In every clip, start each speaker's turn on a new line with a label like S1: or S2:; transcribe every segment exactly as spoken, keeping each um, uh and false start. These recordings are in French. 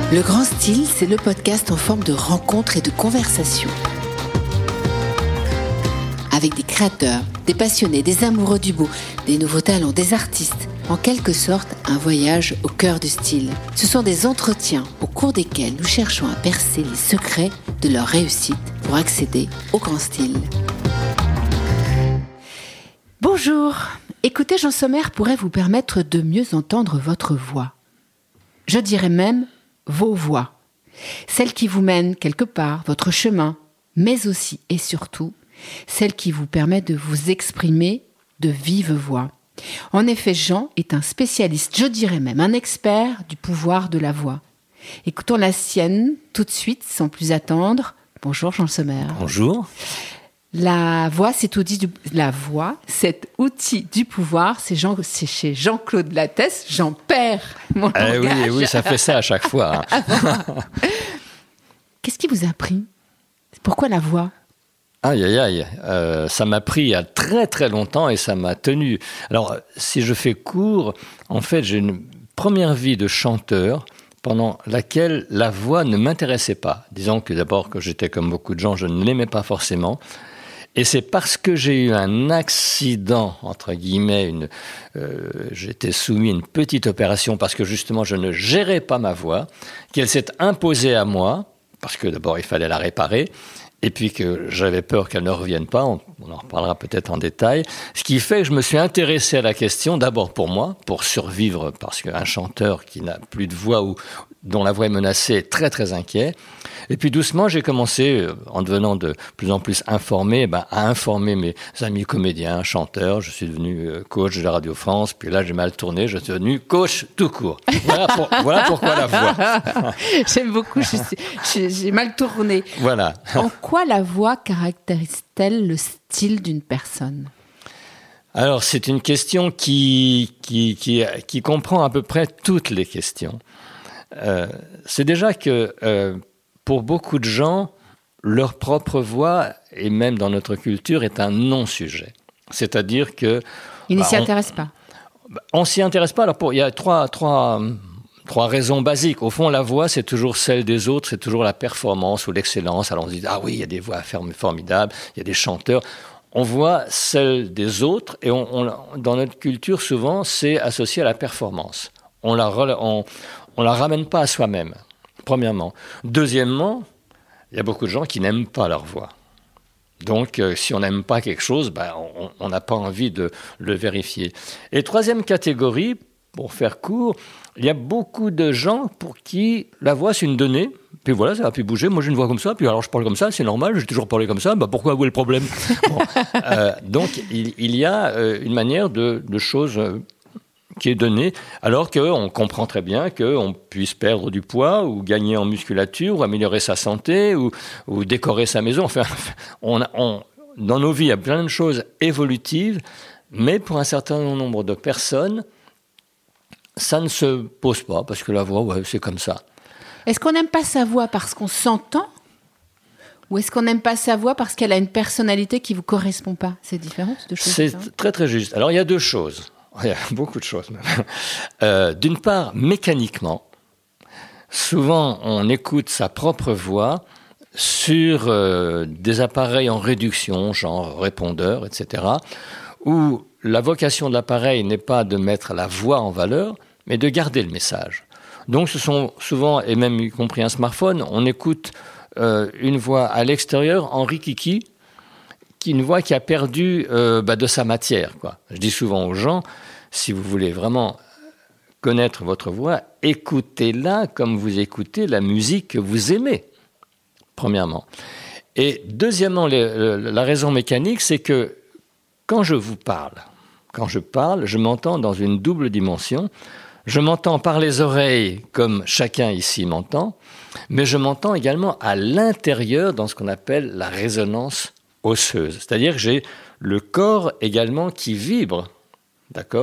S1: Le Grand Style, c'est le podcast en forme de rencontre et de conversation. Avec des créateurs, des passionnés, des amoureux du beau, des nouveaux talents, des artistes. En quelque sorte, un voyage au cœur du style. Ce sont des entretiens au cours desquels nous cherchons à percer les secrets de leur réussite pour accéder au grand style. Bonjour. Écouter Jean Sommer pourrait vous permettre de mieux entendre votre voix. Je dirais même vos voix. Celle qui vous mène quelque part, votre chemin, mais aussi et surtout, celle qui vous permet de vous exprimer de vive voix. En effet, Jean est un spécialiste, je dirais même un expert du pouvoir de la voix. Écoutons la sienne tout de suite, sans plus attendre. Bonjour Jean Sommer.
S2: Bonjour. La voix,
S1: cet outil du, la voix, cet outil du pouvoir, c'est, Jean, c'est chez Jean-Claude Lattès. J'en perds mon
S2: eh
S1: langage.
S2: Oui, oui, ça fait ça à chaque fois. Hein.
S1: Qu'est-ce qui vous a pris ? Pourquoi la voix ?
S2: Aïe, aïe, aïe. Euh, ça m'a pris il y a très, très longtemps et ça m'a tenu. Alors, si je fais court, en fait, j'ai une première vie de chanteur pendant laquelle la voix ne m'intéressait pas. Disons que d'abord, que j'étais comme beaucoup de gens, je ne l'aimais pas forcément. Et c'est parce que j'ai eu un accident, entre guillemets, une, euh, j'étais soumis à une petite opération parce que justement je ne gérais pas ma voix, qu'elle s'est imposée à moi, parce que d'abord il fallait la réparer, et puis que j'avais peur qu'elle ne revienne pas, on, on en reparlera peut-être en détail, ce qui fait que je me suis intéressé à la question, d'abord pour moi, pour survivre, parce qu'un chanteur qui n'a plus de voix ou dont la voix est menacée est très très inquiet. Et puis doucement, j'ai commencé, en devenant de plus en plus informé, ben, à informer mes amis comédiens, chanteurs. Je suis devenu coach de la Radio France, puis là j'ai mal tourné, je suis devenu coach tout court. Voilà, pour, voilà pourquoi la voix.
S1: J'aime beaucoup, je suis, j'ai mal tourné.
S2: Voilà.
S1: En quoi la voix caractérise-t-elle le style d'une personne ?
S2: Alors c'est une question qui, qui, qui, qui comprend à peu près toutes les questions. Euh, c'est déjà que euh, pour beaucoup de gens, leur propre voix, et même dans notre culture, est un non-sujet. C'est-à-dire que...
S1: Ils
S2: bah,
S1: ne s'y intéressent pas.
S2: On ne s'y intéresse pas. Alors pour, il y a trois, trois, trois raisons basiques. Au fond, la voix, c'est toujours celle des autres, c'est toujours la performance ou l'excellence. Alors on se dit, ah oui, il y a des voix formidables, il y a des chanteurs. On voit celle des autres, et on, on, dans notre culture, souvent, c'est associé à la performance. On la... On, On ne la ramène pas à soi-même, premièrement. Deuxièmement, il y a beaucoup de gens qui n'aiment pas leur voix. Donc, euh, si on n'aime pas quelque chose, ben, on n'a pas envie de le vérifier. Et troisième catégorie, pour faire court, il y a beaucoup de gens pour qui la voix, c'est une donnée. Puis voilà, ça va plus bouger. Moi, j'ai une voix comme ça. Puis alors, je parle comme ça, c'est normal. J'ai toujours parlé comme ça. Ben, pourquoi, où est le problème ? Bon, euh, Donc, il, il y a euh, une manière de, de choses... Euh, qui est donné, alors qu'on comprend très bien qu'on puisse perdre du poids ou gagner en musculature ou améliorer sa santé ou, ou décorer sa maison. Enfin, on, on, dans nos vies, il y a plein de choses évolutives, mais pour un certain nombre de personnes, ça ne se pose pas, parce que la voix, ouais, c'est comme ça.
S1: Est-ce qu'on n'aime pas sa voix parce qu'on s'entend ? Ou est-ce qu'on n'aime pas sa voix parce qu'elle a une personnalité qui ne vous correspond pas ? C'est différent, ces deux choses.
S2: C'est
S1: différentes.
S2: Très très juste. Alors, il y a deux choses. Il y a beaucoup de choses même. Euh, d'une part, mécaniquement, souvent on écoute sa propre voix sur euh, des appareils en réduction, genre répondeur, et cetera, où la vocation de l'appareil n'est pas de mettre la voix en valeur, mais de garder le message. Donc ce sont souvent, et même y compris un smartphone, on écoute euh, une voix à l'extérieur en rikiki, qui une voix qui a perdu euh, bah, de sa matière, quoi. Je dis souvent aux gens, si vous voulez vraiment connaître votre voix, écoutez-la comme vous écoutez la musique que vous aimez, premièrement. Et deuxièmement, les, la raison mécanique, c'est que quand je vous parle, quand je parle, je m'entends dans une double dimension. Je m'entends par les oreilles, comme chacun ici m'entend, mais je m'entends également à l'intérieur dans ce qu'on appelle la résonance osseuse. C'est-à-dire que j'ai le corps également qui vibre, d'accord ?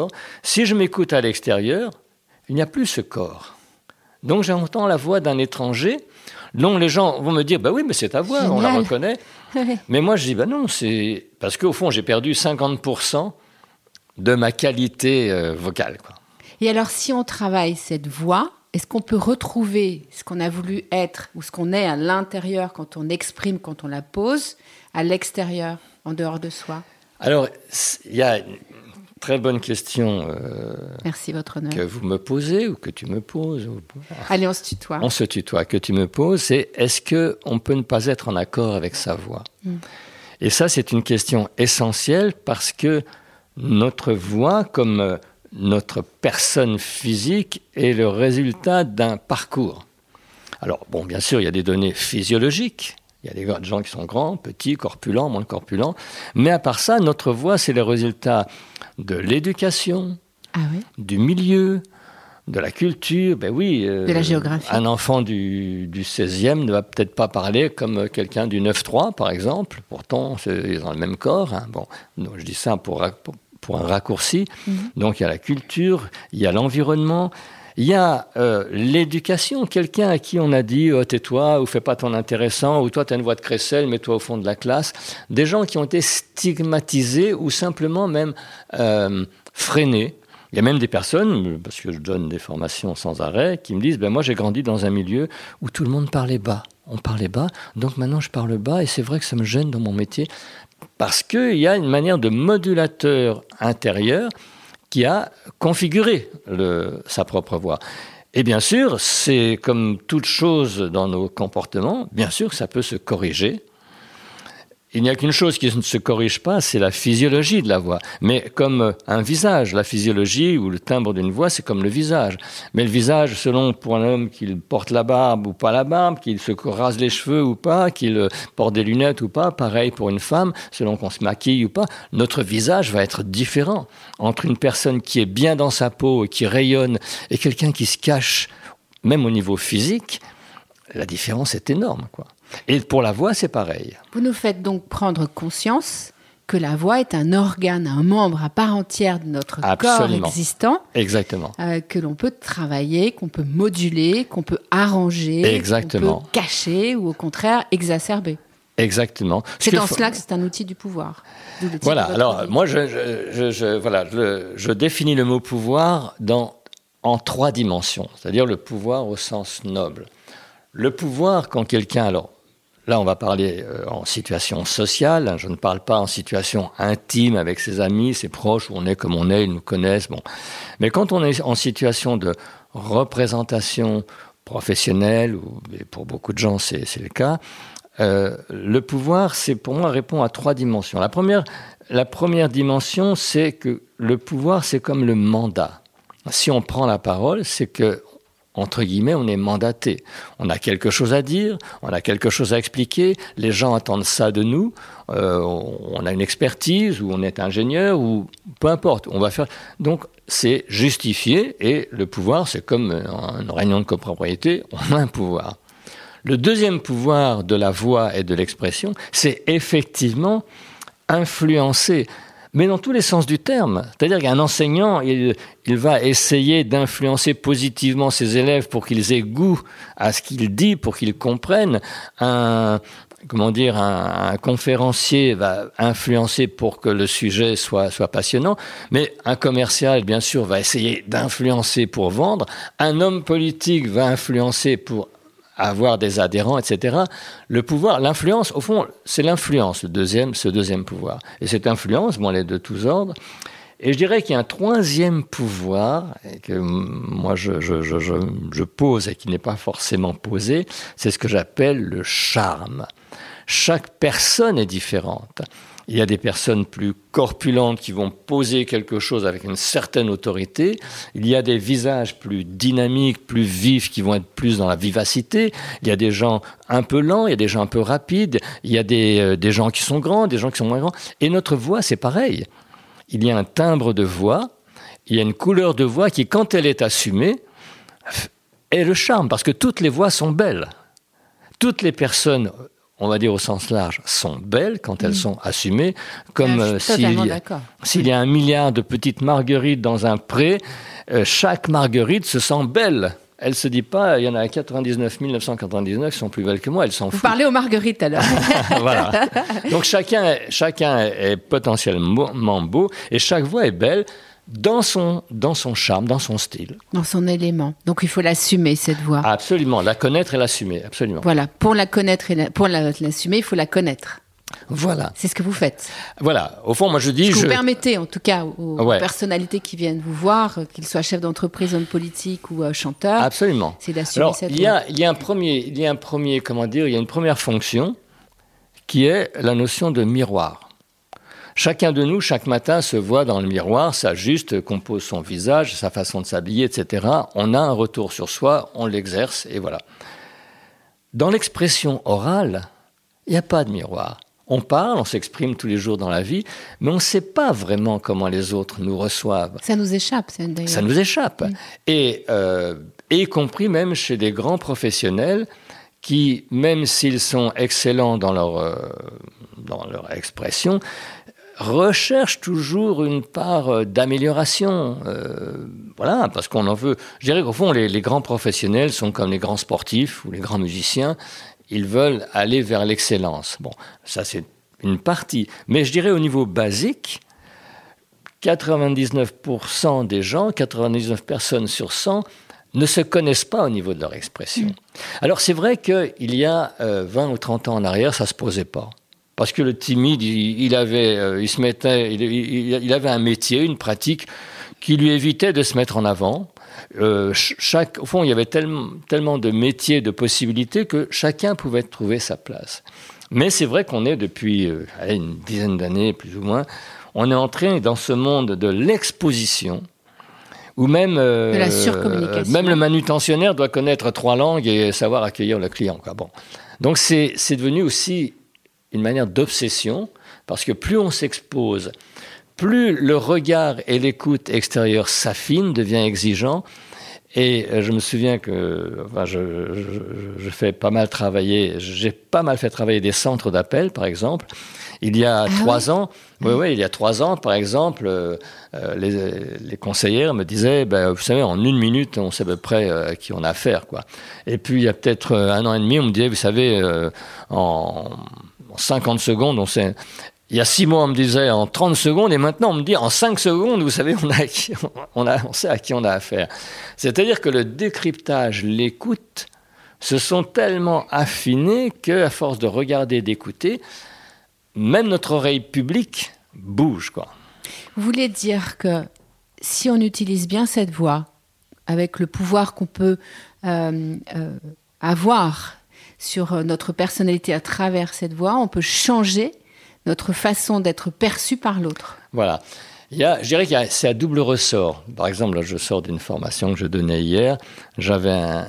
S2: Si je m'écoute à l'extérieur, il n'y a plus ce corps. Donc j'entends la voix d'un étranger, dont les gens vont me dire, bah oui, mais c'est ta voix, Génial. On la reconnaît. Mais moi je dis, bah non, c'est... Parce qu'au fond, j'ai perdu cinquante pour cent de ma qualité euh, vocale, quoi.
S1: Et alors, si on travaille cette voix, est-ce qu'on peut retrouver ce qu'on a voulu être ou ce qu'on est à l'intérieur quand on exprime, quand on la pose, à l'extérieur, en dehors de soi?
S2: Alors, il y a une très bonne question euh,
S1: Merci, votre honneur.
S2: que vous me posez ou que tu me poses. Ou...
S1: Allez, on se tutoie.
S2: On se tutoie. Que tu me poses, c'est est-ce qu'on peut ne pas être en accord avec sa voix? mm. Et ça, c'est une question essentielle parce que notre voix, comme notre personne physique, est le résultat d'un parcours. Alors, bon, bien sûr, il y a des données physiologiques. Il y a des gens qui sont grands, petits, corpulents, moins corpulents. Mais à part ça, notre voix, c'est le résultat de l'éducation,
S1: ah oui.
S2: du milieu, de la culture. Ben oui, euh,
S1: de la géographie.
S2: Un enfant du, du seizième ne va peut-être pas parler comme quelqu'un du neuf trois, par exemple. Pourtant, ils ont le même corps. Hein. Bon, donc je dis ça pour, pour, pour un raccourci. Mm-hmm. Donc il y a la culture, il y a l'environnement. Il y a euh, l'éducation, quelqu'un à qui on a dit oh, « tais-toi » ou « fais pas ton intéressant » ou « toi, tu as une voix de crécelle, mets-toi au fond de la classe ». Des gens qui ont été stigmatisés ou simplement même euh, freinés. Il y a même des personnes, parce que je donne des formations sans arrêt, qui me disent ben « moi, j'ai grandi dans un milieu où tout le monde parlait bas. On parlait bas, donc maintenant je parle bas et c'est vrai que ça me gêne dans mon métier. » Parce qu'il y a une manière de modulateur intérieur qui a configuré le, sa propre voix. Et bien sûr, c'est comme toute chose dans nos comportements, bien sûr que ça peut se corriger. Il n'y a qu'une chose qui ne se corrige pas, c'est la physiologie de la voix. Mais comme un visage, la physiologie ou le timbre d'une voix, c'est comme le visage. Mais le visage, selon pour un homme qu'il porte la barbe ou pas la barbe, qu'il se rase les cheveux ou pas, qu'il porte des lunettes ou pas, pareil pour une femme, selon qu'on se maquille ou pas, notre visage va être différent. Entre une personne qui est bien dans sa peau et qui rayonne et quelqu'un qui se cache, même au niveau physique, la différence est énorme, quoi. Et pour la voix, c'est pareil.
S1: Vous nous faites donc prendre conscience que la voix est un organe, un membre à part entière de notre
S2: Absolument.
S1: corps existant.
S2: Exactement.
S1: Euh, que l'on peut travailler, qu'on peut moduler, qu'on peut arranger,
S2: Exactement.
S1: qu'on peut cacher ou au contraire exacerber.
S2: Exactement.
S1: C'est dans cela que c'est un outil du pouvoir.
S2: Voilà. Alors, vie. moi, je, je, je, je, voilà, je, je définis le mot pouvoir dans, en trois dimensions, c'est-à-dire le pouvoir au sens noble. Le pouvoir, quand quelqu'un... alors. Là, on va parler euh, en situation sociale. Je ne parle pas en situation intime avec ses amis, ses proches, où on est comme on est, ils nous connaissent. Bon. Mais quand on est en situation de représentation professionnelle, ou pour beaucoup de gens, c'est, c'est le cas, euh, le pouvoir, c'est pour moi, répond à trois dimensions. La première, la première dimension, c'est que le pouvoir, c'est comme le mandat. Si on prend la parole, c'est que entre guillemets, on est mandaté. On a quelque chose à dire, on a quelque chose à expliquer, les gens attendent ça de nous, euh, on a une expertise, ou on est ingénieur, ou peu importe, on va faire... Donc, c'est justifié, et le pouvoir, c'est comme une réunion de copropriété, on a un pouvoir. Le deuxième pouvoir de la voix et de l'expression, c'est effectivement influencer, mais dans tous les sens du terme. C'est-à-dire qu'un enseignant, il, il va essayer d'influencer positivement ses élèves pour qu'ils aient goût à ce qu'il dit, pour qu'ils comprennent. Un, comment dire, un, un conférencier va influencer pour que le sujet soit, soit passionnant. Mais un commercial, bien sûr, va essayer d'influencer pour vendre. Un homme politique va influencer pour avoir des adhérents, et cetera. Le pouvoir, l'influence, au fond, c'est l'influence, le deuxième, ce deuxième pouvoir. Et cette influence, bon, elle est de tous ordres. Et je dirais qu'il y a un troisième pouvoir que moi je, je, je, je, je pose et qui n'est pas forcément posé, c'est ce que j'appelle le charme. Chaque personne est différente. Il y a des personnes plus corpulentes qui vont poser quelque chose avec une certaine autorité. Il y a des visages plus dynamiques, plus vifs, qui vont être plus dans la vivacité. Il y a des gens un peu lents, il y a des gens un peu rapides. Il y a des, euh, des gens qui sont grands, des gens qui sont moins grands. Et notre voix, c'est pareil. Il y a un timbre de voix, il y a une couleur de voix qui, quand elle est assumée, est le charme. Parce que toutes les voix sont belles. Toutes les personnes... on va dire au sens large, sont belles quand elles mmh. sont assumées, comme euh, s'il, y a, s'il y a un milliard de petites marguerites dans un pré, euh, chaque marguerite se sent belle. Elle ne se dit pas, il y en a quatre-vingt-dix-neuf mille neuf cent quatre-vingt-dix-neuf qui sont plus belles que moi, elles s'en foutent.
S1: Vous parlez aux marguerites alors.
S2: Voilà. Donc chacun, chacun est potentiellement beau, et chaque voix est belle. dans son, dans son charme, dans son style.
S1: Dans son élément. Donc il faut l'assumer, cette voix.
S2: Absolument, la connaître et l'assumer, absolument.
S1: Voilà, pour la connaître et la, pour la, l'assumer, il faut la connaître.
S2: Voilà.
S1: C'est ce que vous faites.
S2: Voilà, au fond, moi je dis...
S1: Ce que
S2: je...
S1: vous permettez, en tout cas, aux,
S2: ouais.
S1: aux personnalités qui viennent vous voir, qu'ils soient chefs d'entreprise, hommes politiques ou euh, chanteurs.
S2: Absolument.
S1: C'est d'assumer
S2: Alors,
S1: cette
S2: il y
S1: voix.
S2: a, il y a un premier, il y a un premier, comment dire, il y a une première fonction qui est la notion de miroir. Chacun de nous, chaque matin, se voit dans le miroir, s'ajuste, compose son visage, sa façon de s'habiller, et cetera. On a un retour sur soi, on l'exerce, et voilà. Dans l'expression orale, il n'y a pas de miroir. On parle, on s'exprime tous les jours dans la vie, mais on ne sait pas vraiment comment les autres nous reçoivent.
S1: Ça nous échappe, ça, d'ailleurs.
S2: Ça nous échappe.
S1: Oui.
S2: Et, euh, y compris même chez des grands professionnels qui, même s'ils sont excellents dans leur, euh, dans leur expression, recherchent toujours une part d'amélioration. Euh, voilà, parce qu'on en veut. Je dirais qu'au fond, les, les grands professionnels sont comme les grands sportifs ou les grands musiciens. Ils veulent aller vers l'excellence. Bon, ça c'est une partie. Mais je dirais au niveau basique, quatre-vingt-dix-neuf pour cent des gens, quatre-vingt-dix-neuf personnes sur cent, ne se connaissent pas au niveau de leur expression. Mmh. Alors c'est vrai qu'il y a euh, vingt ou trente ans en arrière, ça ne se posait pas. Parce que le timide, il, il, avait, euh, il, se mettait, il, il, il avait un métier, une pratique qui lui évitait de se mettre en avant. Euh, chaque, au fond, il y avait tellement, tellement de métiers, de possibilités que chacun pouvait trouver sa place. Mais c'est vrai qu'on est depuis euh, une dizaine d'années, plus ou moins, on est entré dans ce monde de l'exposition, où même, euh,
S1: de la surcommunication.
S2: Même le manutentionnaire doit connaître trois langues et savoir accueillir le client, quoi. Bon. Donc c'est, c'est devenu aussi une manière d'obsession, parce que plus on s'expose, plus le regard et l'écoute extérieure s'affinent, devient exigeant. Et je me souviens que enfin, je, je, je fais pas mal travailler, j'ai pas mal fait travailler des centres d'appel, par exemple. Il y a ah trois oui. ans, oui, oui, il y a trois ans, par exemple, euh, les, les conseillères me disaient, ben, vous savez, en une minute, on sait à peu près à qui on a affaire, quoi. Et puis il y a peut-être un an et demi, on me disait, vous savez, euh, en, en cinquante secondes, on sait. Il y a six mois, on me disait en trente secondes, et maintenant, on me dit en cinq secondes, vous savez, on, a, on, a, on sait à qui on a affaire. C'est-à-dire que le décryptage, l'écoute, se sont tellement affinés qu'à force de regarder, d'écouter, même notre oreille publique bouge, quoi.
S1: Vous voulez dire que si on utilise bien cette voix, avec le pouvoir qu'on peut euh, euh, avoir sur notre personnalité à travers cette voix, on peut changer notre façon d'être perçu par l'autre.
S2: Voilà. Il y a, je dirais que c'est à double ressort. Par exemple, là, je sors d'une formation que je donnais hier. J'avais un,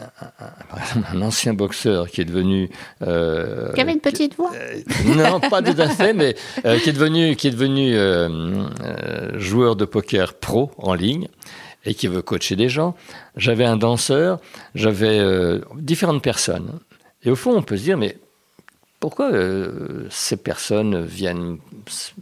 S2: un, un ancien boxeur qui est devenu... Euh,
S1: qui avait une petite voix
S2: euh, Non, pas tout à fait, mais euh, qui est devenu, qui est devenu euh, euh, joueur de poker pro en ligne et qui veut coacher des gens. J'avais un danseur, j'avais euh, différentes personnes. Et au fond, on peut se dire, mais pourquoi euh, ces personnes viennent prendre ?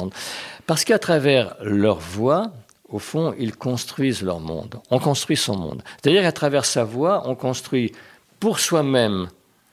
S2: Parce qu'à travers leur voix, au fond, ils construisent leur monde. On construit son monde. C'est-à-dire qu'à travers sa voix, on construit pour soi-même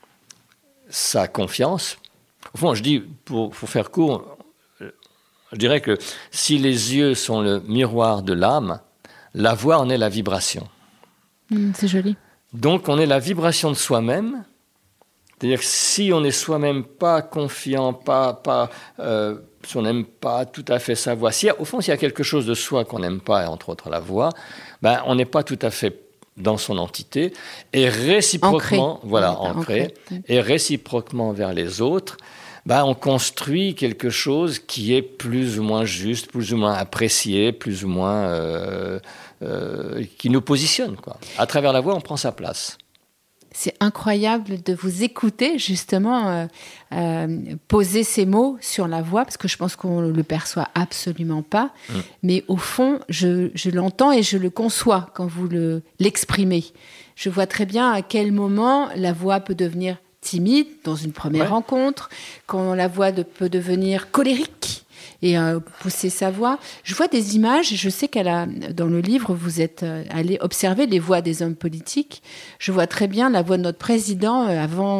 S2: sa confiance. Au fond, je dis, pour, pour faire court, je dirais que si les yeux sont le miroir de l'âme, la voix en est la vibration.
S1: Mmh, c'est joli.
S2: Donc, on est la vibration de soi-même. C'est-à-dire que si on n'est soi-même pas confiant, pas, pas, euh, si on n'aime pas tout à fait sa voix, si, au fond, s'il y a quelque chose de soi qu'on n'aime pas, et entre autres la voix, ben, on n'est pas tout à fait dans son entité, et réciproquement, ancré. Voilà, oui, ancré, ancré, et réciproquement vers les autres, ben, on construit quelque chose qui est plus ou moins juste, plus ou moins apprécié, plus ou moins euh, euh, qui nous positionne, quoi. À travers la voix, on prend sa place.
S1: C'est incroyable de vous écouter, justement, euh, euh, poser ces mots sur la voix, parce que je pense qu'on ne le perçoit absolument pas. Mmh. Mais au fond, je, je l'entends et je le conçois quand vous le, l'exprimez. Je vois très bien à quel moment la voix peut devenir timide dans une première ouais. rencontre, quand la voix de, peut devenir colérique et euh, pousser sa voix. Je vois des images, je sais qu'elle a, dans le livre, vous êtes euh, allé observer les voix des hommes politiques. Je vois très bien la voix de notre président euh, avant, euh,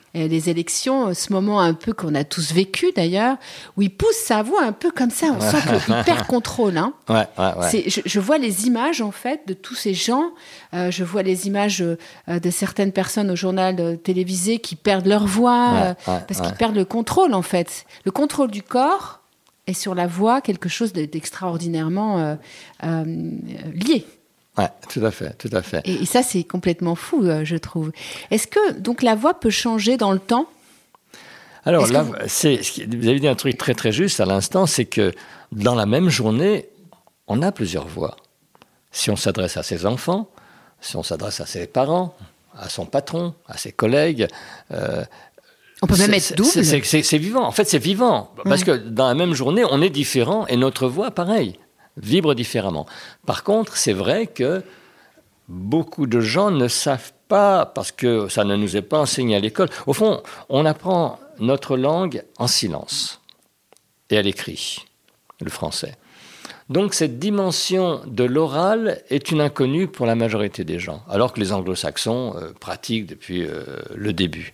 S1: Et les élections, ce moment un peu qu'on a tous vécu d'ailleurs, où il pousse sa voix un peu comme ça, on sent qu'il perd contrôle. Hein.
S2: Ouais, ouais, ouais.
S1: C'est, je, je vois les images en fait de tous ces gens, euh, je vois les images euh, de certaines personnes au journal euh, télévisé qui perdent leur voix,
S2: Ouais,
S1: euh,
S2: ouais,
S1: parce
S2: ouais.
S1: qu'ils perdent le contrôle en fait. Le contrôle du corps est sur la voix quelque chose de, d'extraordinairement euh, euh, lié.
S2: Ouais, tout à fait, tout à fait.
S1: Et, et ça, c'est complètement fou, euh, je trouve. Est-ce que donc la voix peut changer dans le temps ?
S2: Alors
S1: Est-ce
S2: là,
S1: que vous...
S2: c'est, vous avez dit un truc très très juste à l'instant, c'est que dans la même journée, on a plusieurs voix. Si on s'adresse à ses enfants, si on s'adresse à ses parents, à son patron, à ses collègues. Euh,
S1: on peut même
S2: c'est,
S1: être double.
S2: C'est, c'est, c'est, c'est vivant. En fait, c'est vivant parce
S1: ouais.
S2: que dans la même journée, on est différent et notre voix, pareil, vibre différemment. Par contre, c'est vrai que beaucoup de gens ne savent pas, parce que ça ne nous est pas enseigné à l'école. Au fond, on apprend notre langue en silence et à l'écrit, le français. Donc cette dimension de l'oral est une inconnue pour la majorité des gens, alors que les anglo-saxons euh, pratiquent depuis euh, le début.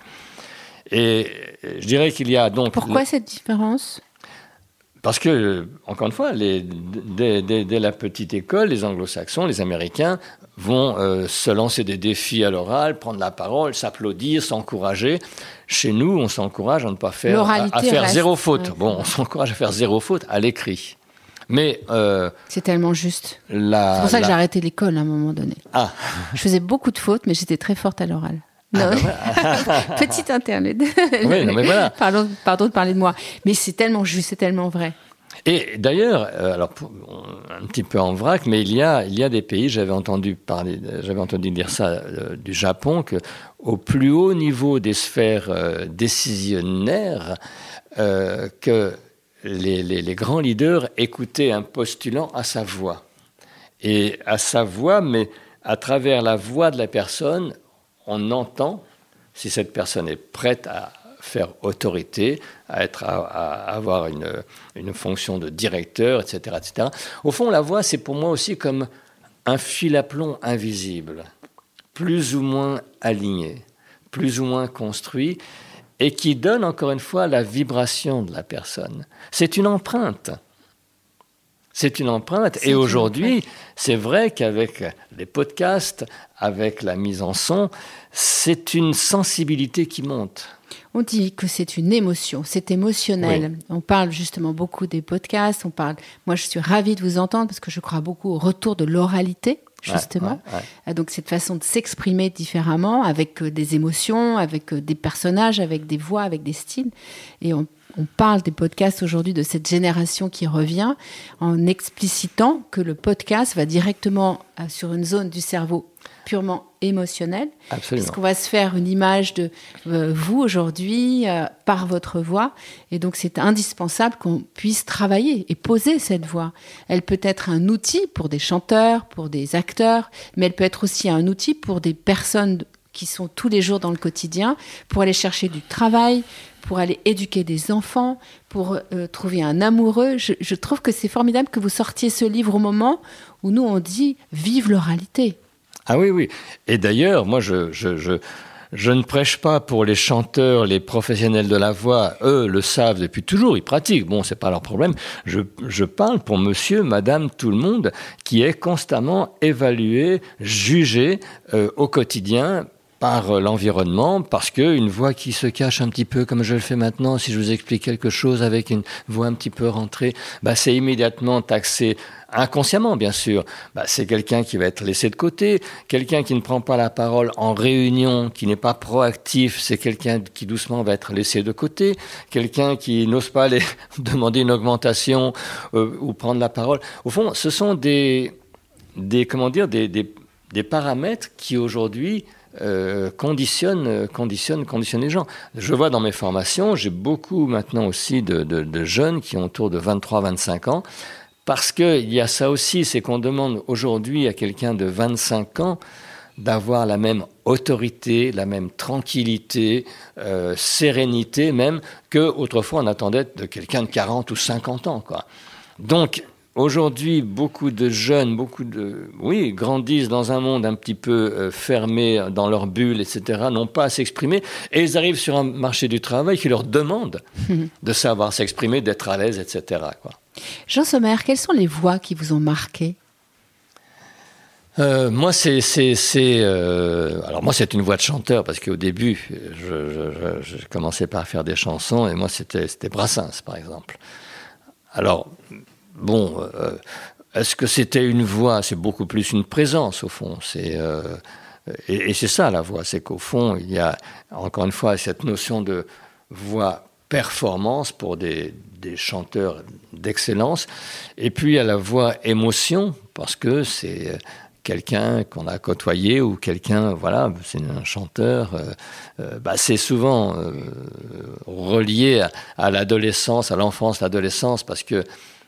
S2: Et je dirais qu'il y a donc...
S1: Pourquoi
S2: le...
S1: cette différence ?
S2: Parce que, encore une fois, les, dès, dès, dès la petite école, les anglo-saxons, les Américains vont euh, se lancer des défis à l'oral, prendre la parole, s'applaudir, s'encourager. Chez nous, on s'encourage à ne pas faire,
S1: L'oralité
S2: à, à faire
S1: reste,
S2: zéro faute.
S1: ouais.
S2: Bon, on s'encourage à faire zéro faute à l'écrit. Mais euh,
S1: c'est tellement juste.
S2: La,
S1: c'est pour ça
S2: la...
S1: que j'ai arrêté l'école à un moment donné.
S2: Ah.
S1: Je faisais beaucoup de fautes, mais j'étais très forte à l'oral. Non. Ah ben voilà. Petite interlude.
S2: Oui, non, mais voilà.
S1: Pardon, pardon de parler de moi. Mais c'est tellement juste, c'est tellement vrai.
S2: Et d'ailleurs, euh, alors pour, un petit peu en vrac, mais il y a, il y a des pays, j'avais entendu parler, j'avais entendu dire ça euh, du Japon, que au plus haut niveau des sphères euh, décisionnaires, euh, que les, les, les grands leaders écoutaient un postulant à sa voix. Et à sa voix, mais à travers la voix de la personne, on entend si cette personne est prête à faire autorité, à, être, à, à avoir une, une fonction de directeur, et cetera, et cetera. Au fond, la voix, c'est pour moi aussi comme un fil à plomb invisible, plus ou moins aligné, plus ou moins construit, et qui donne encore une fois la vibration de la personne. C'est une empreinte. C'est une empreinte. C'est et aujourd'hui, empreinte. C'est vrai qu'avec les podcasts, avec la mise en son, c'est une sensibilité qui monte.
S1: On dit que c'est une émotion, c'est émotionnel. Oui. On parle justement beaucoup des podcasts. On parle. Moi, je suis ravie de vous entendre parce que je crois beaucoup au retour de l'oralité, justement.
S2: Ouais, ouais, ouais.
S1: Donc, cette façon de s'exprimer différemment, avec des émotions, avec des personnages, avec des voix, avec des styles. Et on On parle des podcasts aujourd'hui de cette génération qui revient en explicitant que le podcast va directement sur une zone du cerveau purement émotionnelle.
S2: Absolument.
S1: Parce qu'on va se faire une image de euh, vous aujourd'hui euh, par votre voix. Et donc, c'est indispensable qu'on puisse travailler et poser cette voix. Elle peut être un outil pour des chanteurs, pour des acteurs, mais elle peut être aussi un outil pour des personnes qui sont tous les jours dans le quotidien, pour aller chercher du travail, pour aller éduquer des enfants, pour euh, trouver un amoureux. Je, je trouve que c'est formidable que vous sortiez ce livre au moment où nous, on dit « Vive l'oralité ».
S2: Ah oui, oui. Et d'ailleurs, moi, je, je, je, je ne prêche pas pour les chanteurs, les professionnels de la voix. Eux le savent depuis toujours, ils pratiquent. Bon, c'est pas leur problème. Je, je parle pour monsieur, madame, tout le monde, qui est constamment évalué, jugé euh, au quotidien par l'environnement, parce qu'une voix qui se cache un petit peu, comme je le fais maintenant, si je vous explique quelque chose avec une voix un petit peu rentrée, bah c'est immédiatement taxé, inconsciemment bien sûr. Bah c'est quelqu'un qui va être laissé de côté, quelqu'un qui ne prend pas la parole en réunion, qui n'est pas proactif, c'est quelqu'un qui doucement va être laissé de côté, quelqu'un qui n'ose pas aller demander une augmentation euh, ou prendre la parole. Au fond, ce sont des, des comment dire, des, des, des paramètres qui aujourd'hui Euh, conditionne, conditionne, conditionne les gens. Je vois dans mes formations, j'ai beaucoup maintenant aussi de, de, de jeunes qui ont autour de vingt-trois à vingt-cinq ans, parce qu'il y a ça aussi, c'est qu'on demande aujourd'hui à quelqu'un de vingt-cinq ans d'avoir la même autorité, la même tranquillité, euh, sérénité même, qu'autrefois on attendait de quelqu'un de quarante ou cinquante ans, quoi. Donc, aujourd'hui, beaucoup de jeunes, beaucoup de, oui, grandissent dans un monde un petit peu euh, fermé dans leur bulle, et cetera, n'ont pas à s'exprimer, et ils arrivent sur un marché du travail qui leur demande mmh. de savoir s'exprimer, d'être à l'aise, et cetera, quoi.
S1: Jean Sommer, quelles sont les voix qui vous ont marqué ?
S2: Euh, moi, c'est, c'est, c'est euh, alors moi, c'est une voix de chanteur parce qu'au début, je, je, je, je commençais par faire des chansons et moi, c'était, c'était Brassens, par exemple. Alors, bon, euh, est-ce que c'était une voix ? C'est beaucoup plus une présence au fond. C'est euh, et, et c'est ça la voix, c'est qu'au fond, il y a encore une fois cette notion de voix performance pour des, des chanteurs d'excellence, et puis à la voix émotion parce que c'est quelqu'un qu'on a côtoyé ou quelqu'un, voilà, c'est un chanteur, euh, euh, bah c'est souvent euh, relié à, à l'adolescence, à l'enfance, l'adolescence, parce que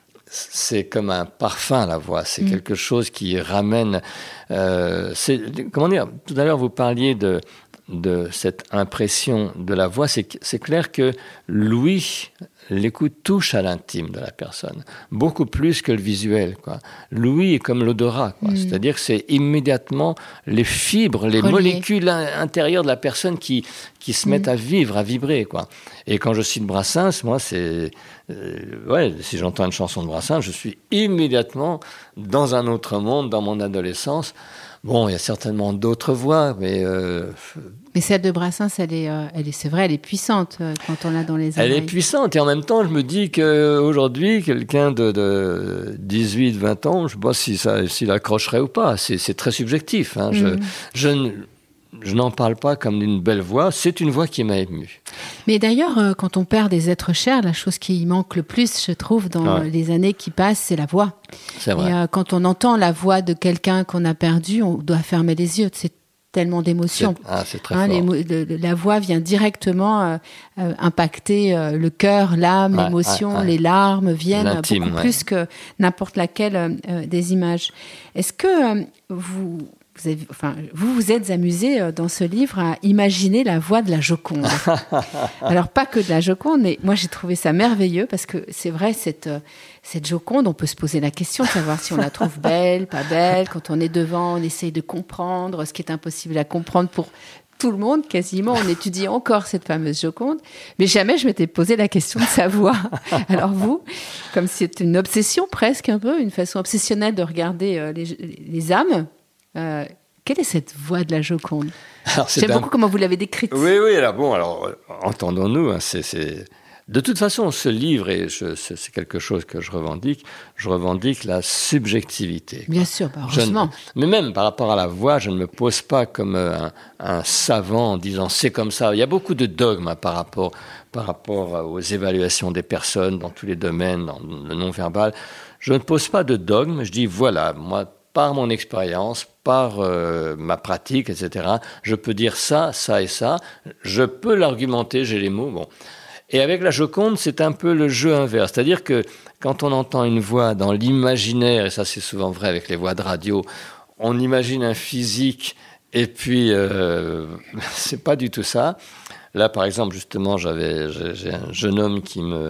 S2: c'est comme un parfum, la voix, c'est mmh. quelque chose qui ramène... Euh, c'est, comment dire, tout à l'heure vous parliez de, de cette impression de la voix, c'est, c'est clair que Louis... L'écoute touche à l'intime de la personne, beaucoup plus que le visuel, quoi. L'ouïe est comme l'odorat, quoi. Mmh. C'est-à-dire que c'est immédiatement les fibres, les Relié. molécules intérieures de la personne qui, qui se mettent mmh. à vivre, à vibrer, quoi. Et quand je cite Brassens, moi, c'est... Euh, ouais, si j'entends une chanson de Brassens, je suis immédiatement dans un autre monde, dans mon adolescence. Bon, il y a certainement d'autres voix, mais... Euh,
S1: mais celle de Brassens, elle est, euh, elle est, c'est vrai, elle est puissante euh, quand on l'a dans les oreilles.
S2: Elle est puissante, et en même temps, je me dis qu'aujourd'hui, quelqu'un de, de dix-huit vingt ans, je ne sais pas si ça, s'il accrocherait ou pas. C'est, c'est très subjectif. Hein. Je, mmh. je, ne, je n'en parle pas comme d'une belle voix. C'est une voix qui m'a ému.
S1: Mais d'ailleurs, euh, quand on perd des êtres chers, la chose qui manque le plus, je trouve, dans ouais. les années qui passent, c'est la voix.
S2: C'est vrai.
S1: Et euh, quand on entend la voix de quelqu'un qu'on a perdu, on doit fermer les yeux. C'est tellement d'émotions.
S2: C'est, ah, c'est très
S1: hein,
S2: fort.
S1: Les, le, la voix vient directement euh, euh, impacter euh, le cœur, l'âme, ouais, l'émotion, ouais, ouais. les larmes viennent L'intime, beaucoup ouais. plus que n'importe laquelle euh, des images. Est-ce que euh, vous... Vous, avez, enfin, vous vous êtes amusé euh, dans ce livre à imaginer la voix de la Joconde. Alors, pas que de la Joconde, mais moi, j'ai trouvé ça merveilleux parce que c'est vrai, cette, euh, cette Joconde, on peut se poser la question de savoir si on la trouve belle, pas belle. Quand on est devant, on essaye de comprendre ce qui est impossible à comprendre pour tout le monde, quasiment. On étudie encore cette fameuse Joconde. Mais jamais je m'étais posé la question de sa voix. Alors vous, comme si c'était une obsession presque un peu, une façon obsessionnelle de regarder euh, les, les âmes, Euh, quelle est cette voix de la Joconde ? alors, J'aime un... beaucoup comment vous l'avez décrite.
S2: Oui, oui, alors bon, alors, entendons-nous, hein, c'est, c'est... de toute façon, ce livre, et je, c'est, c'est quelque chose que je revendique, je revendique la subjectivité.
S1: Bien sûr, bah, heureusement.
S2: Ne... Mais même par rapport à la voix, je ne me pose pas comme un, un savant en disant c'est comme ça. Il y a beaucoup de dogmes hein, par rapport, par rapport aux évaluations des personnes dans tous les domaines, dans le non-verbal. Je ne pose pas de dogmes, je dis voilà, moi, par mon expérience, par euh, ma pratique, et cetera, je peux dire ça, ça et ça. Je peux l'argumenter, j'ai les mots. Bon. Et avec la Joconde, c'est un peu le jeu inverse. C'est-à-dire que quand on entend une voix dans l'imaginaire, et ça c'est souvent vrai avec les voix de radio, on imagine un physique, et puis euh, c'est pas du tout ça. Là, par exemple, justement, j'avais, j'ai, j'ai un jeune homme qui me...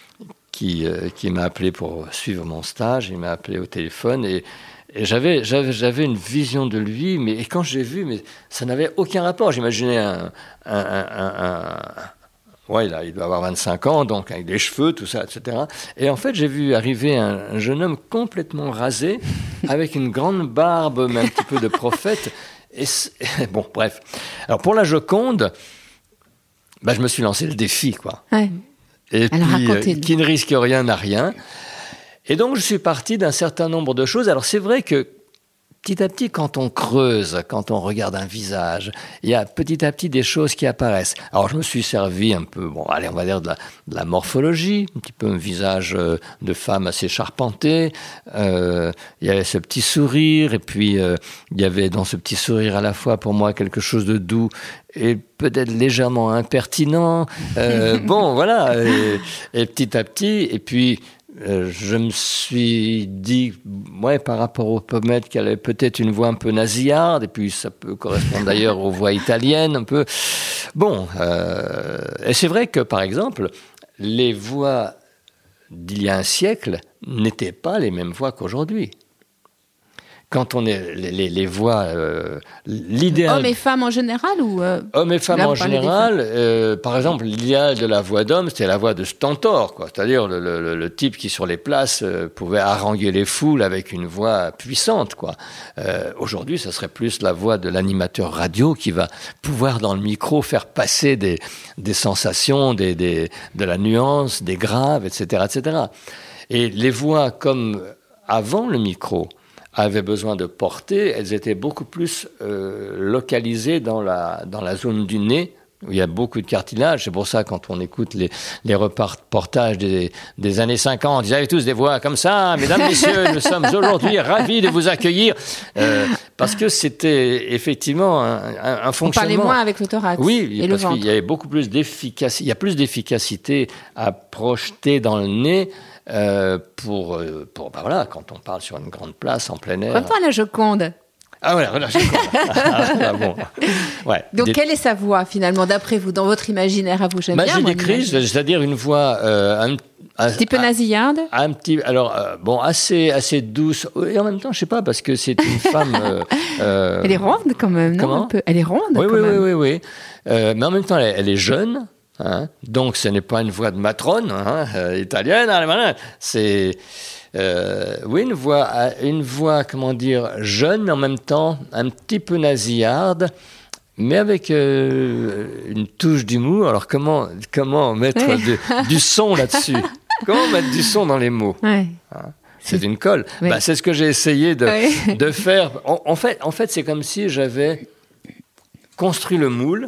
S2: Qui, euh, qui m'a appelé pour suivre mon stage. Il m'a appelé au téléphone et Et j'avais, j'avais, j'avais une vision de lui, mais et quand j'ai vu, mais ça n'avait aucun rapport. J'imaginais un, un, un, un, un ouais, là, il doit avoir vingt-cinq ans, donc avec des cheveux, tout ça, et cetera. Et en fait, j'ai vu arriver un, un jeune homme complètement rasé, avec une grande barbe, mais un petit peu de prophète. Et bon, bref. Alors pour la Joconde, bah, je me suis lancé le défi, quoi.
S1: Ouais.
S2: Et Alors, puis, euh, qui ne risque rien n'a rien. Et donc, je suis parti d'un certain nombre de choses. Alors, c'est vrai que petit à petit, quand on creuse, quand on regarde un visage, il y a petit à petit des choses qui apparaissent. Alors, je me suis servi un peu, bon, allez, on va dire de la, de la morphologie, un petit peu un visage de femme assez charpenté. Euh, il y avait ce petit sourire, et puis euh, il y avait dans ce petit sourire à la fois, pour moi, quelque chose de doux et peut-être légèrement impertinent. Euh, bon, voilà. Et, et petit à petit, et puis... Euh, je me suis dit, ouais, par rapport aux pommettes, qu'elle avait peut-être une voix un peu nasillarde, et puis ça peut correspondre d'ailleurs aux voix italiennes, un peu. Bon, euh, et c'est vrai que, par exemple, les voix d'il y a un siècle n'étaient pas les mêmes voix qu'aujourd'hui. Quand on est les, les, les voix, euh, l'idéal...
S1: Hommes et femmes en général ou euh,
S2: Hommes et femmes en général, euh, par exemple, l'idéal de la voix d'homme, c'était la voix de Stentor, quoi. C'est-à-dire le, le, le type qui, sur les places, euh, pouvait haranguer les foules avec une voix puissante, quoi. Euh, aujourd'hui, ça serait plus la voix de l'animateur radio qui va pouvoir, dans le micro, faire passer des, des sensations, des, des, de la nuance, des graves, et cetera, et cetera. Et les voix comme avant le micro avaient besoin de porter, elles étaient beaucoup plus euh, localisées dans la, dans la zone du nez, où il y a beaucoup de cartilage. C'est pour ça, quand on écoute les, les reportages des, des années cinquante, ils avaient tous des voix comme ça. « Mesdames, messieurs, nous sommes aujourd'hui ravis de vous accueillir. Euh, » Parce que c'était effectivement un, un, un fonctionnement...
S1: On parlait moins avec le thorax
S2: oui,
S1: et
S2: parce
S1: le ventre.
S2: qu'il y avait beaucoup plus d'efficacité. Il y a plus d'efficacité à projeter dans le nez Euh, pour, pour ben voilà, quand on parle sur une grande place en plein air.
S1: Comme toi, la Joconde.
S2: Ah voilà, la Joconde. ah, bon. Ouais.
S1: Donc,
S2: Des...
S1: quelle est sa voix, finalement, d'après vous, dans votre imaginaire à vous? J'aime
S2: bah,
S1: bien.
S2: J'ai décrit, c'est-à-dire une voix... Euh, un,
S1: un petit peu nasillarde.
S2: Un, un petit, alors, euh, bon, assez, assez douce. Et en même temps, je sais pas, parce que c'est une femme... Euh, euh,
S1: elle est ronde, quand même, non?
S2: Comment?
S1: Un peu. Elle est ronde,
S2: oui,
S1: quand
S2: oui,
S1: même.
S2: Oui, oui, oui. Euh, mais en même temps, elle, elle est jeune. Hein, donc, ce n'est pas une voix de matrone hein, euh, italienne. C'est euh, oui une voix, une voix, comment dire, jeune, mais en même temps un petit peu nasillarde, mais avec euh, une touche d'humour. Alors, comment comment mettre
S1: ouais.
S2: de, du son là-dessus? Comment mettre du son dans les mots?
S1: Ouais.
S2: Hein, c'est une colle.
S1: Ouais.
S2: Bah, c'est ce que j'ai essayé de,
S1: ouais.
S2: de faire. En, en fait, en fait, c'est comme si j'avais construit le moule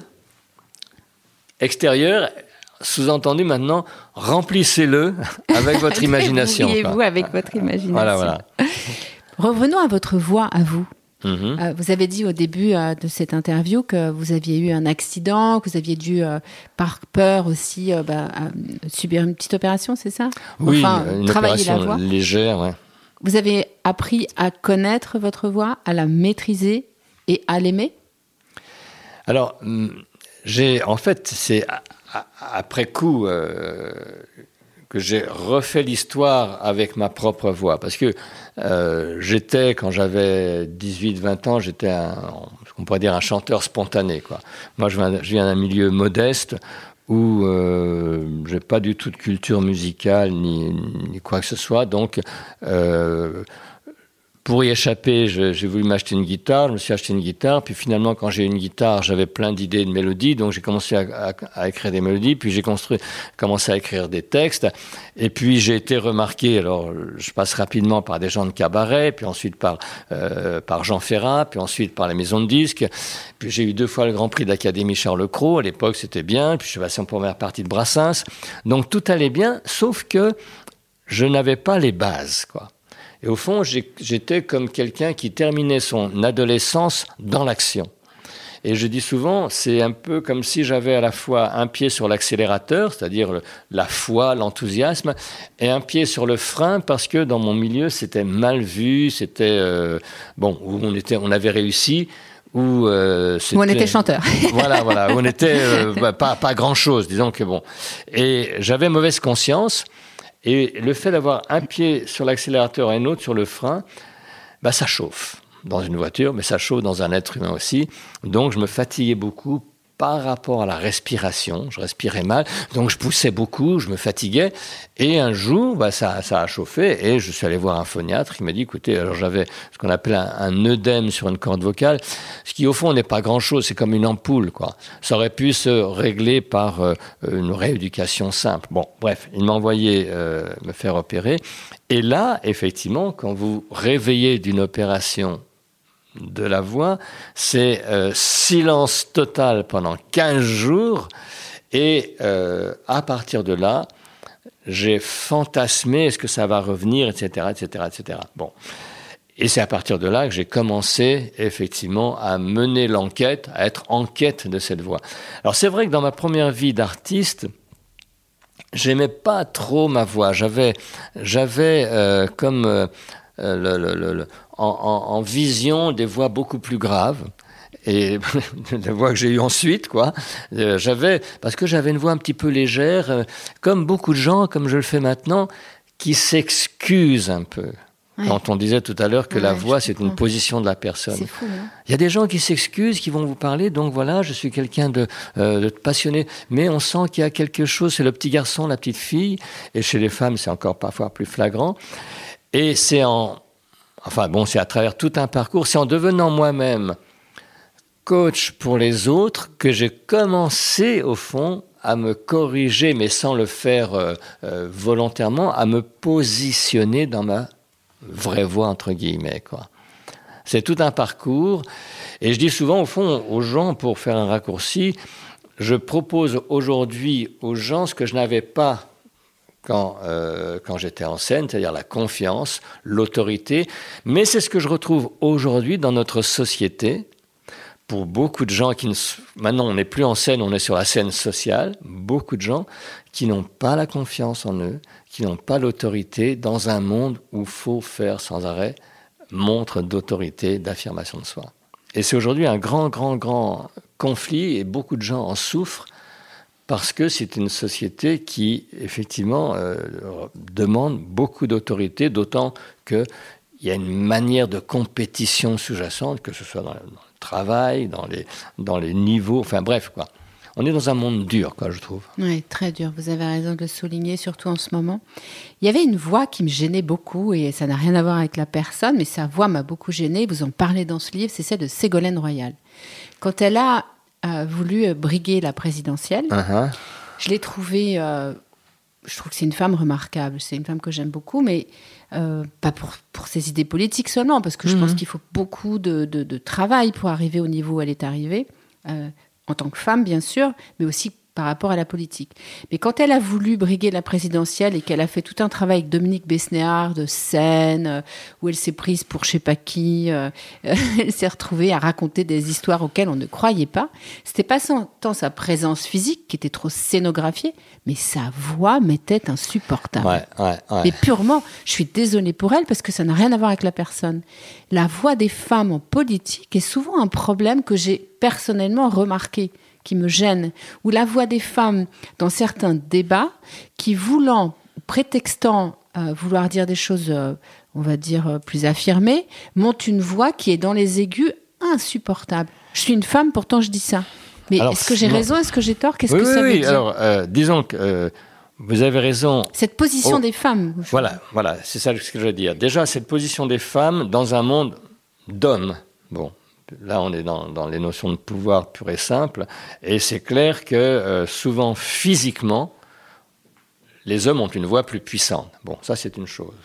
S2: extérieur, sous-entendu maintenant, remplissez-le avec votre imagination.
S1: Débrouillez-vous avec votre imagination.
S2: Voilà, voilà.
S1: Revenons à votre voix, à vous.
S2: Mm-hmm.
S1: Euh, vous avez dit au début euh, de cette interview que vous aviez eu un accident, que vous aviez dû, euh, par peur aussi, euh, bah, euh, subir une petite opération, c'est ça?
S2: Oui,
S1: enfin,
S2: une
S1: travailler
S2: opération
S1: la voix.
S2: légère. Ouais.
S1: Vous avez appris à connaître votre voix, à la maîtriser et à l'aimer?
S2: Alors, j'ai, en fait, c'est après coup euh, que j'ai refait l'histoire avec ma propre voix. Parce que euh, j'étais, quand j'avais dix-huit vingt ans, j'étais un, on pourrait dire un chanteur spontané, quoi. Moi, je viens, je viens d'un milieu modeste où euh, j'ai pas du tout de culture musicale ni, ni quoi que ce soit. Donc, euh, pour y échapper, je, j'ai voulu m'acheter une guitare, je me suis acheté une guitare, puis finalement, quand j'ai eu une guitare, j'avais plein d'idées de mélodies, donc j'ai commencé à, à, à écrire des mélodies, puis j'ai construit, commencé à écrire des textes, et puis j'ai été remarqué, alors je passe rapidement par des gens de cabaret, puis ensuite par, euh, par Jean Ferrat, puis ensuite par les maisons de disques, puis j'ai eu deux fois le Grand Prix de l'Académie Charles Cros, à l'époque c'était bien, puis je suis passé en première partie de Brassens, donc tout allait bien, sauf que je n'avais pas les bases, quoi. Et au fond, j'ai, j'étais comme quelqu'un qui terminait son adolescence dans l'action. Et je dis souvent, c'est un peu comme si j'avais à la fois un pied sur l'accélérateur, c'est-à-dire le, la foi, l'enthousiasme, et un pied sur le frein, parce que dans mon milieu, c'était mal vu, c'était... Euh, bon, où on, était, on avait réussi, où... Euh,
S1: où on était chanteur.
S2: Voilà, voilà, où on était euh, bah, pas, pas grand-chose, disons que bon. Et j'avais mauvaise conscience. Et le fait d'avoir un pied sur l'accélérateur et un autre sur le frein, bah ça chauffe dans une voiture, mais ça chauffe dans un être humain aussi. Donc je me fatiguais beaucoup par rapport à la respiration. Je respirais mal, donc je poussais beaucoup, je me fatiguais. Et un jour, bah ça, ça a chauffé et je suis allé voir un phoniatre. Il m'a dit, écoutez, alors j'avais ce qu'on appelle un, un œdème sur une corde vocale, ce qui au fond n'est pas grand-chose, c'est comme une ampoule, quoi. Ça aurait pu se régler par euh, une rééducation simple. Bon, bref, il m'a envoyé euh, me faire opérer. Et là, effectivement, quand vous réveillez d'une opération de la voix, c'est euh, silence total pendant quinze jours et euh, à partir de là, j'ai fantasmé est-ce que ça va revenir, et cetera, et cetera, et cetera. Bon. Et c'est à partir de là que j'ai commencé effectivement à mener l'enquête, à être en quête de cette voix. Alors c'est vrai que dans ma première vie d'artiste, j'aimais pas trop ma voix. J'avais, j'avais euh, comme euh, le, le, le, le En, en, en vision des voix beaucoup plus graves. et la voix que j'ai eue ensuite, quoi, euh, j'avais, parce que j'avais une voix un petit peu légère, euh, comme beaucoup de gens, comme je le fais maintenant, qui s'excusent un peu. Ouais. Quand on disait tout à l'heure que ouais, la voix, c'est une position de la personne.
S1: C'est fou, hein.
S2: Il y a des gens qui s'excusent, qui vont vous parler, donc voilà, je suis quelqu'un de, euh, de passionné, mais on sent qu'il y a quelque chose, c'est le petit garçon, la petite fille, et chez les femmes, c'est encore parfois plus flagrant. Et c'est en... Enfin bon, c'est à travers tout un parcours, c'est en devenant moi-même coach pour les autres que j'ai commencé, au fond, à me corriger, mais sans le faire euh, euh, volontairement, à me positionner dans ma vraie voix, entre guillemets, quoi. C'est tout un parcours. Et je dis souvent, au fond, aux gens, pour faire un raccourci, je propose aujourd'hui aux gens ce que je n'avais pas quand, euh, quand j'étais en scène, c'est-à-dire la confiance, l'autorité. Mais c'est ce que je retrouve aujourd'hui dans notre société. Pour beaucoup de gens qui ne... Maintenant, on n'est plus en scène, on est sur la scène sociale. Beaucoup de gens qui n'ont pas la confiance en eux, qui n'ont pas l'autorité dans un monde où il faut faire sans arrêt montre d'autorité, d'affirmation de soi. Et c'est aujourd'hui un grand, grand, grand conflit et beaucoup de gens en souffrent parce que c'est une société qui, effectivement, euh, demande beaucoup d'autorité, d'autant qu'il y a une manière de compétition sous-jacente, que ce soit dans le, dans le travail, dans les, dans les niveaux, enfin bref, quoi. On est dans un monde dur, quoi, je trouve.
S1: Oui, très dur. Vous avez raison de le souligner, surtout en ce moment. Il y avait une voix qui me gênait beaucoup, et ça n'a rien à voir avec la personne, mais sa voix m'a beaucoup gênée. Vous en parlez dans ce livre, c'est celle de Ségolène Royal. Quand elle a euh, voulu briguer la présidentielle, uh-huh. je l'ai trouvée... Euh, je trouve que c'est une femme remarquable. C'est une femme que j'aime beaucoup, mais euh, pas pour, pour ses idées politiques seulement, parce que je mmh. pense qu'il faut beaucoup de, de, de travail pour arriver au niveau où elle est arrivée. Euh, en tant que femme, bien sûr, mais aussi par rapport à la politique. Mais quand elle a voulu briguer la présidentielle et qu'elle a fait tout un travail avec Dominique Besnéard de scène, euh, où elle s'est prise pour je sais pas qui, euh, elle s'est retrouvée à raconter des histoires auxquelles on ne croyait pas. C'était pas tant sa présence physique qui était trop scénographiée, mais sa voix m'était insupportable.
S2: Ouais, ouais, ouais.
S1: Mais purement, je suis désolée pour elle parce que ça n'a rien à voir avec la personne. La voix des femmes en politique est souvent un problème que j'ai personnellement remarqué, qui me gêne, ou la voix des femmes dans certains débats qui, voulant, prétextant euh, vouloir dire des choses, euh, on va dire, euh, plus affirmées, montent une voix qui est dans les aigus insupportable. Je suis une femme, pourtant je dis ça. Mais alors, est-ce que j'ai non. raison, est-ce que j'ai tort? Qu'est-ce
S2: oui,
S1: que
S2: oui,
S1: ça veut
S2: oui.
S1: dire?
S2: Alors, euh, disons que euh, vous avez raison.
S1: Cette position oh, des femmes.
S2: Voilà, voilà, c'est ça ce que je veux dire. Déjà, cette position des femmes dans un monde d'hommes. Bon. Là, on est dans, dans les notions de pouvoir pur et simple, et c'est clair que euh, souvent, physiquement, les hommes ont une voix plus puissante. Bon, ça, c'est une chose.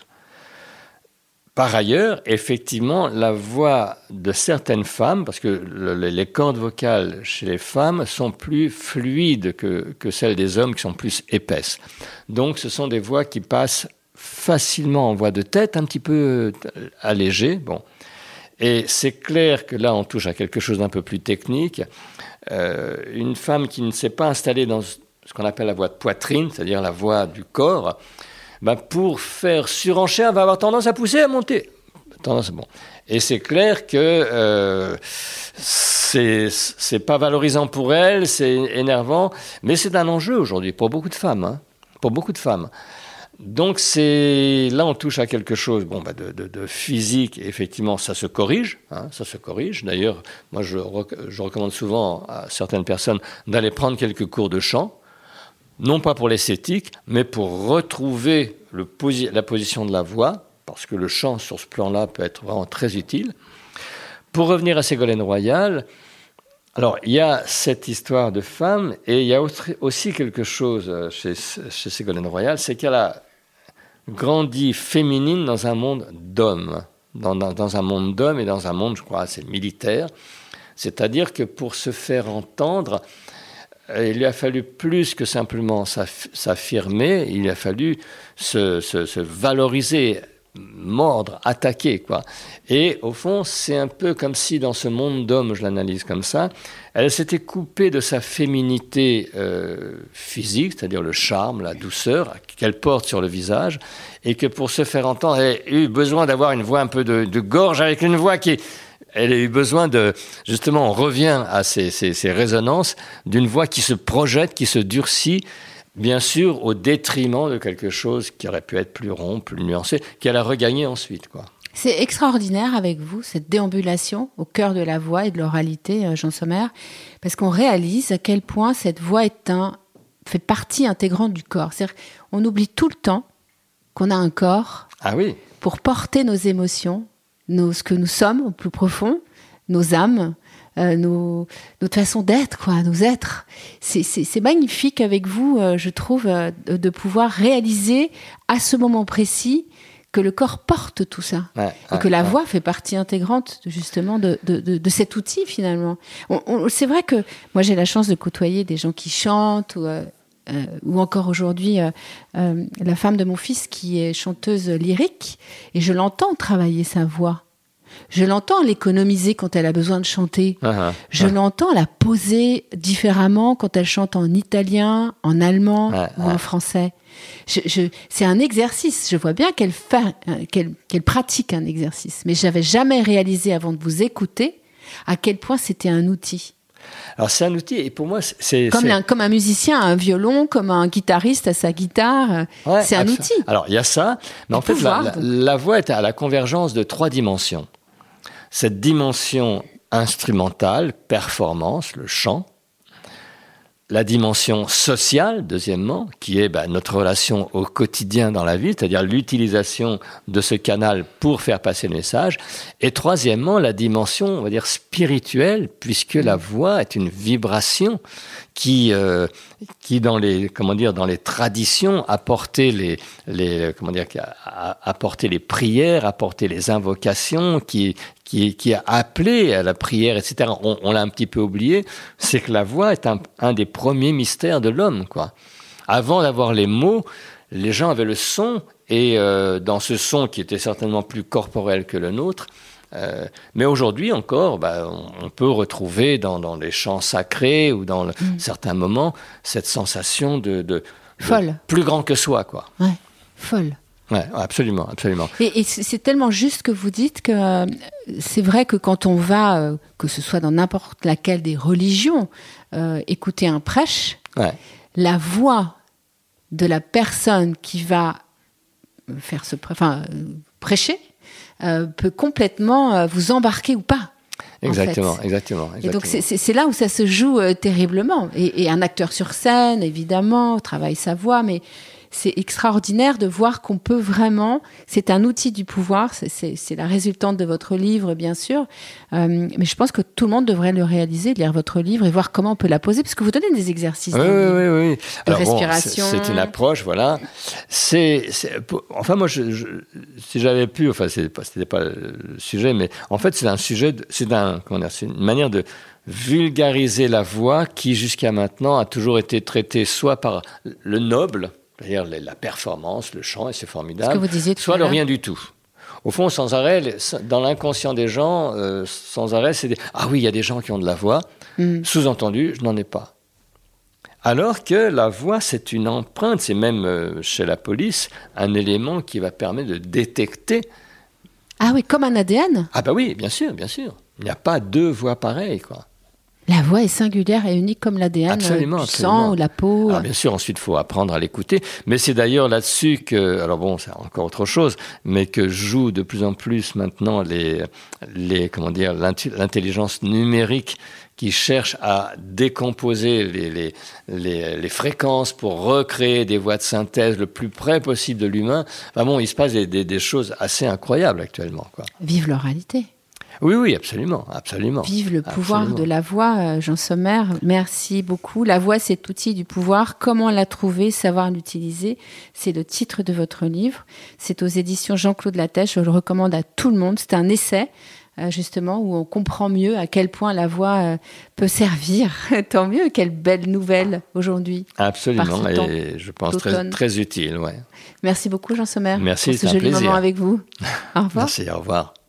S2: Par ailleurs, effectivement, la voix de certaines femmes, parce que le, les cordes vocales chez les femmes sont plus fluides que, que celles des hommes qui sont plus épaisses. Donc, ce sont des voix qui passent facilement en voix de tête, un petit peu allégée, bon. Et c'est clair que là, on touche à quelque chose d'un peu plus technique. Euh, une femme qui ne s'est pas installée dans ce qu'on appelle la voix de poitrine, c'est-à-dire la voix du corps, ben pour faire surenchère, elle va avoir tendance à pousser, à monter. Tendance, bon. Et c'est clair que euh, c'est, c'est pas valorisant pour elle, c'est énervant, mais c'est un enjeu aujourd'hui pour beaucoup de femmes, hein, pour beaucoup de femmes. Donc c'est là on touche à quelque chose bon bah de, de, de physique. Effectivement, ça se corrige, hein, ça se corrige. D'ailleurs, moi je, rec- je recommande souvent à certaines personnes d'aller prendre quelques cours de chant, non pas pour l'esthétique, mais pour retrouver le posi- la position de la voix, parce que le chant sur ce plan-là peut être vraiment très utile. Pour revenir à Ségolène Royal, alors il y a cette histoire de femme et il y a aussi quelque chose chez, chez Ségolène Royal, c'est qu'elle a grandi féminine dans un monde d'hommes, dans, dans, dans un monde d'hommes et dans un monde, je crois, assez militaire. C'est-à-dire que pour se faire entendre, il lui a fallu plus que simplement s'affirmer, il lui a fallu se, se, se valoriser, mordre, attaquer, quoi. Et au fond, c'est un peu comme si dans ce monde d'hommes, je l'analyse comme ça, elle s'était coupée de sa féminité euh, physique, c'est-à-dire le charme, la douceur qu'elle porte sur le visage, et que pour se faire entendre, elle a eu besoin d'avoir une voix un peu de, de gorge, avec une voix qui est elle a eu besoin de, justement, on revient à ces, ces, ces résonances d'une voix qui se projette, qui se durcit, bien sûr, au détriment de quelque chose qui aurait pu être plus rond, plus nuancé, qu'elle a regagné ensuite, quoi.
S1: C'est extraordinaire avec vous, cette déambulation au cœur de la voix et de l'oralité, Jean Sommer, parce qu'on réalise à quel point cette voix est un, fait partie intégrante du corps. C'est-à-dire qu'on oublie tout le temps qu'on a un corps
S2: ah oui.
S1: pour porter nos émotions, nos, ce que nous sommes au plus profond, nos âmes, euh, nos, notre façon d'être, quoi, nos êtres. C'est, c'est, c'est magnifique avec vous, euh, je trouve, euh, de, de pouvoir réaliser à ce moment précis que le corps porte tout ça,
S2: ouais,
S1: et que
S2: ouais,
S1: la
S2: ouais.
S1: voix fait partie intégrante justement de, de, de, de cet outil finalement. On, on, c'est vrai que moi j'ai la chance de côtoyer des gens qui chantent, ou, euh, euh, ou encore aujourd'hui euh, euh, la femme de mon fils qui est chanteuse lyrique, et je l'entends travailler sa voix. Je l'entends l'économiser quand elle a besoin de chanter.
S2: Uh-huh.
S1: Je uh-huh. l'entends la poser différemment quand elle chante en italien, en allemand
S2: uh-huh.
S1: ou en français. Je, je, c'est un exercice. Je vois bien qu'elle, fait, qu'elle, qu'elle pratique un exercice. Mais je n'avais jamais réalisé avant de vous écouter à quel point c'était un outil.
S2: Alors c'est un outil et pour moi c'est...
S1: Comme,
S2: c'est...
S1: Un, comme un musicien a un violon, comme un guitariste a sa guitare. Ouais, c'est un absolument. outil.
S2: Alors il y a ça, mais
S1: Le
S2: en fait
S1: pouvoir,
S2: la, la, la voix est à la convergence de trois dimensions. Cette dimension instrumentale, performance, le chant. La dimension sociale, deuxièmement, qui est bah, notre relation au quotidien dans la vie, c'est-à-dire l'utilisation de ce canal pour faire passer le message. Et troisièmement, la dimension, on va dire, spirituelle, puisque la voix est une vibration qui, euh, qui dans les, comment dire, dans les traditions, a porté les, les, comment dire, a, a porté les prières, a porté les invocations, qui, qui, qui a appelé à la prière, et cetera. On, on l'a un petit peu oublié. C'est que la voix est un, un des premiers mystères de l'homme, quoi. Avant d'avoir les mots, les gens avaient le son, et euh, dans ce son qui était certainement plus corporel que le nôtre. Euh, mais aujourd'hui encore, bah, on, on peut retrouver dans, dans les chants sacrés ou dans le, mmh. certains moments cette sensation de, de,
S1: folle,
S2: de plus grand que soi, quoi.
S1: Ouais, folle.
S2: Ouais, absolument, absolument.
S1: Et, et c'est tellement juste que vous dites que euh, c'est vrai que quand on va, euh, que ce soit dans n'importe laquelle des religions, euh, écouter un prêche,
S2: ouais.
S1: la voix de la personne qui va faire ce, enfin, euh, prêcher. Euh, peut complètement euh, vous embarquer ou pas.
S2: Exactement,
S1: en fait.
S2: exactement, exactement.
S1: Et donc c'est, c'est, c'est là où ça se joue euh, terriblement. Et, et un acteur sur scène, évidemment, travaille sa voix, mais c'est extraordinaire de voir qu'on peut vraiment... C'est un outil du pouvoir, c'est, c'est, c'est la résultante de votre livre, bien sûr. Euh, mais je pense que tout le monde devrait le réaliser, lire votre livre et voir comment on peut la poser, parce que vous donnez des exercices
S2: oui, oui, oui, oui.
S1: de
S2: Alors,
S1: respiration.
S2: Bon, c'est, c'est une approche, voilà. C'est, c'est, enfin, moi, je, je, si j'avais pu... Enfin, c'était pas, c'était pas le sujet, mais en fait, c'est un sujet... De, c'est, un, comment dire, c'est une manière de vulgariser la voix qui, jusqu'à maintenant, a toujours été traitée soit par le noble, c'est-à-dire la performance, le chant, et c'est formidable,
S1: ce que vous disiez tout
S2: soit
S1: à
S2: le
S1: l'heure.
S2: rien du tout. Au fond, sans arrêt, dans l'inconscient des gens, euh, sans arrêt, c'est des... Ah oui, il y a des gens qui ont de la voix. Mm. Sous-entendu, je n'en ai pas. Alors que la voix, c'est une empreinte, c'est même, euh, chez la police, un élément qui va permettre de détecter...
S1: Ah oui, comme un A D N ?
S2: Ah bah oui, bien sûr, bien sûr. Il n'y a pas deux voix pareilles, quoi.
S1: La voix est singulière et unique comme l'A D N,
S2: absolument,
S1: du
S2: absolument.
S1: sang ou la peau.
S2: Alors bien sûr, ensuite, il faut apprendre à l'écouter. Mais c'est d'ailleurs là-dessus que, alors bon, c'est encore autre chose, mais que jouent de plus en plus maintenant les, les comment dire, l'intelligence numérique qui cherche à décomposer les, les, les, les fréquences pour recréer des voix de synthèse le plus près possible de l'humain. Enfin bon, il se passe des, des, des choses assez incroyables actuellement, quoi.
S1: Vive l'oralité.
S2: Oui, oui, absolument, absolument.
S1: Vive le pouvoir
S2: absolument.
S1: de la voix, Jean Sommer. Merci beaucoup. La voix, c'est outil du pouvoir. Comment la trouver, savoir l'utiliser, c'est le titre de votre livre. C'est aux éditions Jean-Claude Lattès. Je le recommande à tout le monde. C'est un essai, justement, où on comprend mieux à quel point la voix peut servir. Tant mieux, quelle belle nouvelle aujourd'hui.
S2: Absolument, et je pense très, très utile. Ouais.
S1: Merci beaucoup, Jean Sommer.
S2: Merci,
S1: pour ce
S2: c'est un
S1: joli
S2: plaisir.
S1: moment avec vous. Au revoir.
S2: Merci, au revoir.